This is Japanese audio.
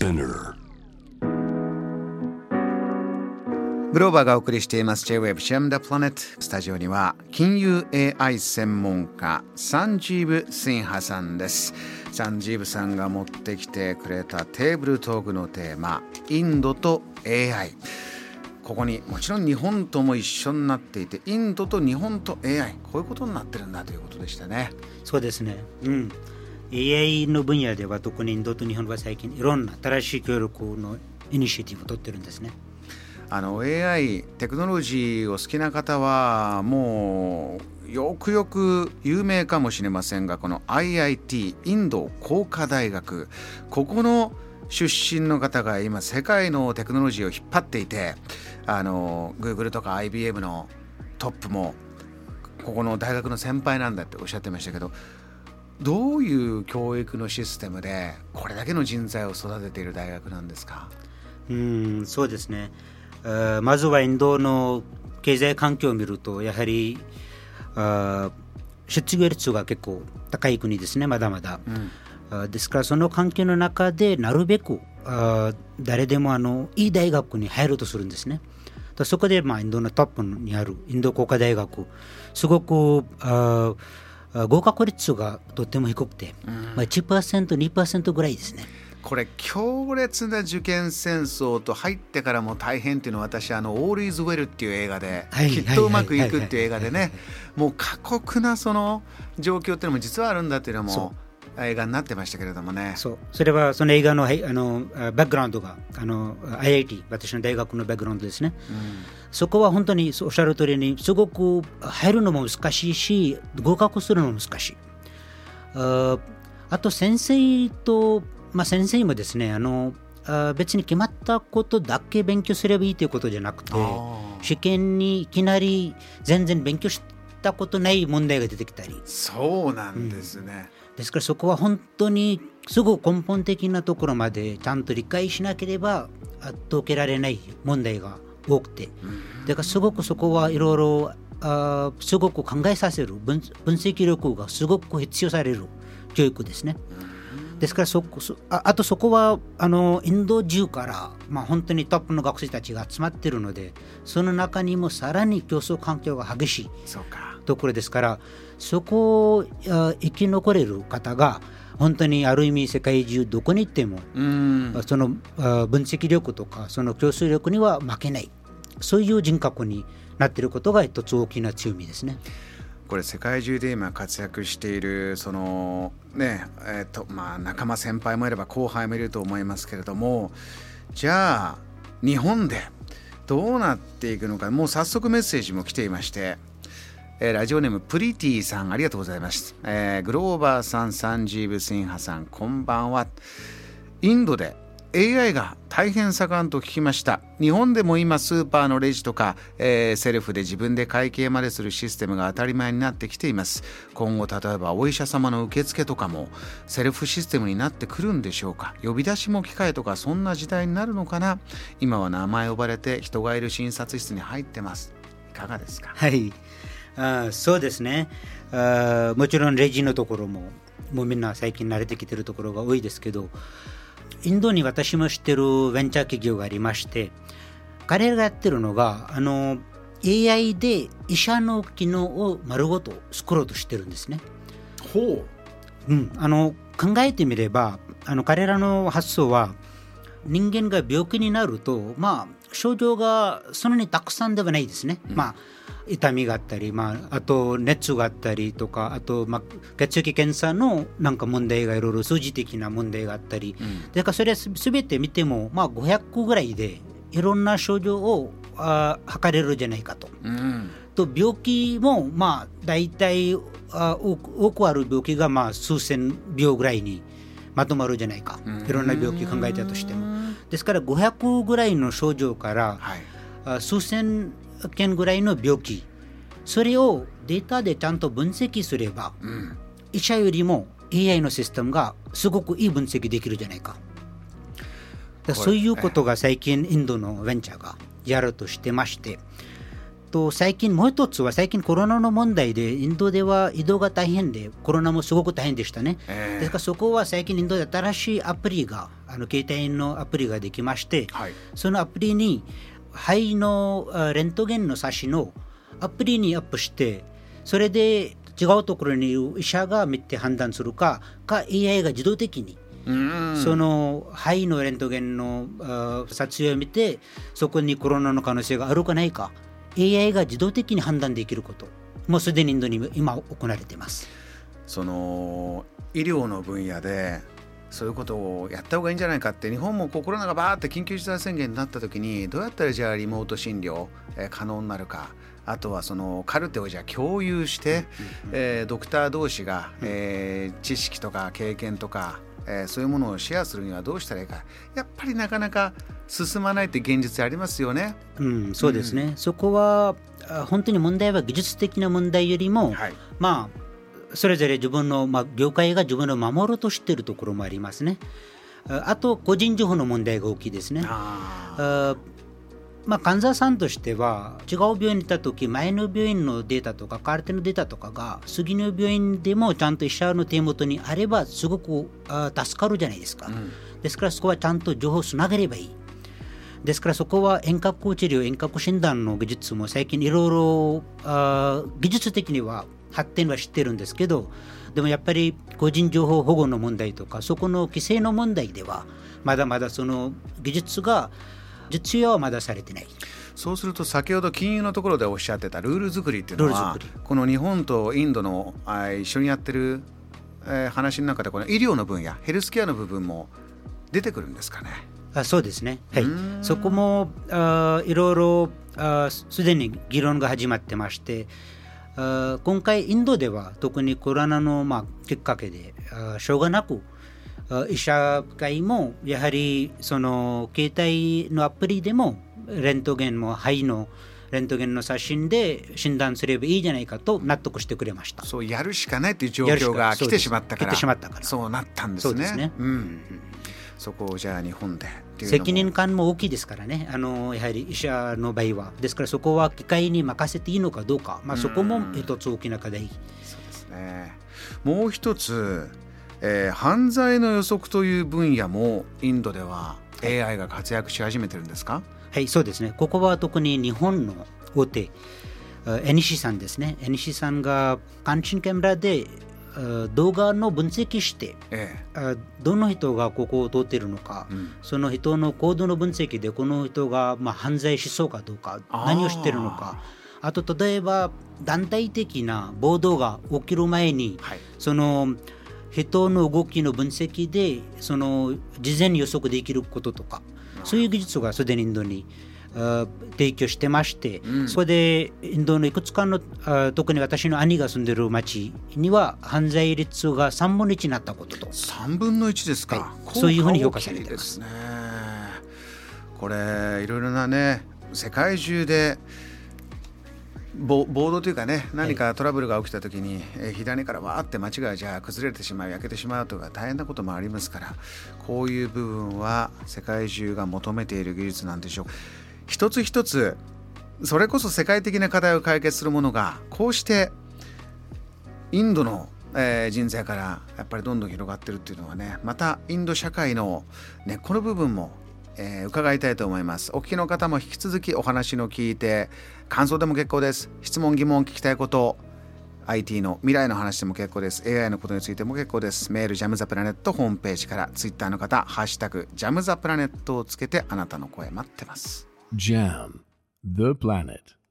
Spinner。 グローバーがお送りしています J-Web Share the Planet。 スタジオには金融 AI 専門家サンジーブ・シンハさんです。サンジーブさんが持ってきてくれたテーブルトークのテーマ、インドと AI。 ここにもちろん日本とも一緒になっていて、インドと日本と AI、 こういうことになってるんだということでしたね。 そうですね、AI の分野では特にインドと日本は最近いろんな新しい協力のイニシアティブを取ってるんですね。 AI テクノロジーを好きな方はもうよくよく有名かもしれませんが、この IIT インド工科大学、ここの出身の方が今世界のテクノロジーを引っ張っていて、Google とか IBM のトップもここの大学の先輩なんだっておっしゃってましたけど、どういう教育のシステムでこれだけの人材を育てている大学なんですか？ そうですね、まずはインドの経済環境を見ると、やはり失業率が結構高い国ですね、まだまだ、ですからその環境の中でなるべく誰でもいい大学に入ろうとするんですね。そこでインドのトップにあるインド工科大学、すごく合格率がとても低くて、1%、2% ぐらいですね。これ強烈な受験戦争と入ってからも大変っていうのは、私All is well っていう映画で、きっとうまくいくっていう映画でね、もう過酷なその状況っていうのも実はあるんだっていうのも映画になってましたけれどもね。 それはその映画の、バックグラウンドがIIT、 私の大学のバックグラウンドですね、そこは本当におっしゃる通りにすごく入るのも難しいし、合格するのも難しい。あと先生と先生もですね、別に決まったことだけ勉強すればいいということじゃなくて、試験にいきなり全然勉強したことない問題が出てきたり。 そうなんですね、 ですからそこは本当にすごく根本的なところまでちゃんと理解しなければ解けられない問題が多くて、だからすごくそこはいろいろすごく考えさせる分析力がすごく必要される教育ですね。ですからあとそこはインド中から、本当にトップの学生たちが集まっているので、その中にもさらに競争環境が激しいところですから、そこを生き残れる方が本当にある意味世界中どこに行ってもその分析力とかその競争力には負けない、そういう人格になっていることが一つ大きな強みですね。 これ世界中で今活躍しているそのね、仲間先輩もいれば後輩もいると思いますけれども、じゃあ日本でどうなっていくのか、もう早速メッセージも来ていまして、ラジオネームプリティさん、ありがとうございます。グローバーさん、サンジーブ・シンハさん、こんばんは。インドで AI が大変盛んと聞きました。日本でも今スーパーのレジとか、セルフで自分で会計までするシステムが当たり前になってきています。今後例えばお医者様の受付とかもセルフシステムになってくるんでしょうか。呼び出しも機械とか、そんな時代になるのかな。今は名前呼ばれて人がいる診察室に入ってます。いかがですか？ はい、そうですね。もちろんレジのところもうみんな最近慣れてきてるところが多いですけど、インドに私も知ってるベンチャー企業がありまして、彼らがやってるのがAI で医者の機能を丸ごと作ろうとしてるんですね。 ほう、考えてみれば彼らの発想は、人間が病気になると症状がそんなにたくさんではないですね、痛みがあったり、あと熱があったりとか、あと、血液検査のなんか問題がいろいろ数字的な問題があったり、だからそれ全て見ても、500個ぐらいでいろんな症状を測れるじゃないかと、と病気も大体多くある病気が数千病ぐらいにまとまるじゃないか、いろんな病気考えたとしても。ですから500ぐらいの症状から、数千件ぐらいの病気、それをデータでちゃんと分析すれば、医者よりも AI のシステムがすごくいい分析できるじゃないか。そういうことが最近インドのベンチャーがやろうとしてまして、 最近もう一つは最近コロナの問題でインドでは移動が大変でコロナもすごく大変でしたね、ですからそこは最近インドで新しいアプリが携帯のアプリができまして、はい、そのアプリに肺のレントゲンの写真をアプリにアップしてそれで違うところにいる医者が見て判断するか AI が自動的にその肺のレントゲンの撮影を見てそこにコロナの可能性があるかないか AI が自動的に判断できることもうすでにインドに今行われています。 その医療の分野でそういうことをやった方がいいんじゃないかって日本もコロナがバーって緊急事態宣言になった時にどうやったらじゃあリモート診療、可能になるかあとはそのカルテをじゃあ共有して、ドクター同士が、知識とか経験とかそういうものをシェアするにはどうしたらいいかやっぱりなかなか進まないって現実ありますよね、 そうですね、そこは本当に問題は技術的な問題よりも、はい、それぞれ自分の、業界が自分を守ろうとしているところもありますね。あと個人情報の問題が大きいですね。患者さんとしては違う病院に行った時前の病院のデータとかカルテのデータとかが次の病院でもちゃんと医者の手元にあればすごく助かるじゃないですか、ですからそこはちゃんと情報をつなげればいい。ですからそこは遠隔治療遠隔診断の技術も最近いろいろ技術的には発展はしてるんですけどでもやっぱり個人情報保護の問題とかそこの規制の問題ではまだまだその技術が実用はまだされてない。 そうすると先ほど金融のところでおっしゃってたルール作りっていうのはこの日本とインドの一緒にやってる話の中でこの医療の分野ヘルスケアの部分も出てくるんですかね。 そうですね、はい、そこもいろいろすでに議論が始まってまして今回インドでは特にコロナのきっかけでしょうがなく医者会もやはりその携帯のアプリでもレントゲンも肺のレントゲンの写真で診断すればいいじゃないかと納得してくれました。 そうやるしかないという状況が来てしまったからそうなったんですね。そうですね、そこをじゃあ日本でっていうのも責任感も大きいですからねやはり医者の場合はですからそこは機械に任せていいのかどうか、そこも一つ大きな課題。 そうですね。もう一つ犯罪の予測という分野もインドでは AI が活躍し始めてるんですか？ はい、そうですね。ここは特に日本の大手エニシさんですね。エニシさんが監視カメラで動画の分析して、どの人がここを通っているのか、その人の行動の分析でこの人が犯罪しそうかどうか何をしているのかあと例えば団体的な暴動が起きる前に、その人の動きの分析でその事前に予測できることとかそういう技術がすでにインドに提供してまして、そこでインドのいくつかの特に私の兄が住んでいる町には犯罪率が3分の1になったことと。 3分の1ですか、 はい、そういうふうに評価されています。 これいろいろなね世界中で暴動というかね何かトラブルが起きた時に、左からわーって街がじゃあ崩れてしまう焼けてしまうとか大変なこともありますからこういう部分は世界中が求めている技術なんでしょう。一つ一つそれこそ世界的な課題を解決するものがこうしてインドの、人材からやっぱりどんどん広がってるっていうのはねまたインド社会の根っこの部分も伺いたいと思います。お聞きの方も引き続きお話の聞いて感想でも結構です。質問疑問聞きたいこと IT の未来の話でも結構です。 AI のことについても結構です。メールジャムザプラネットホームページからツイッターの方ハッシュタグジャムザプラネットをつけてあなたの声待ってます。 Jam the Planet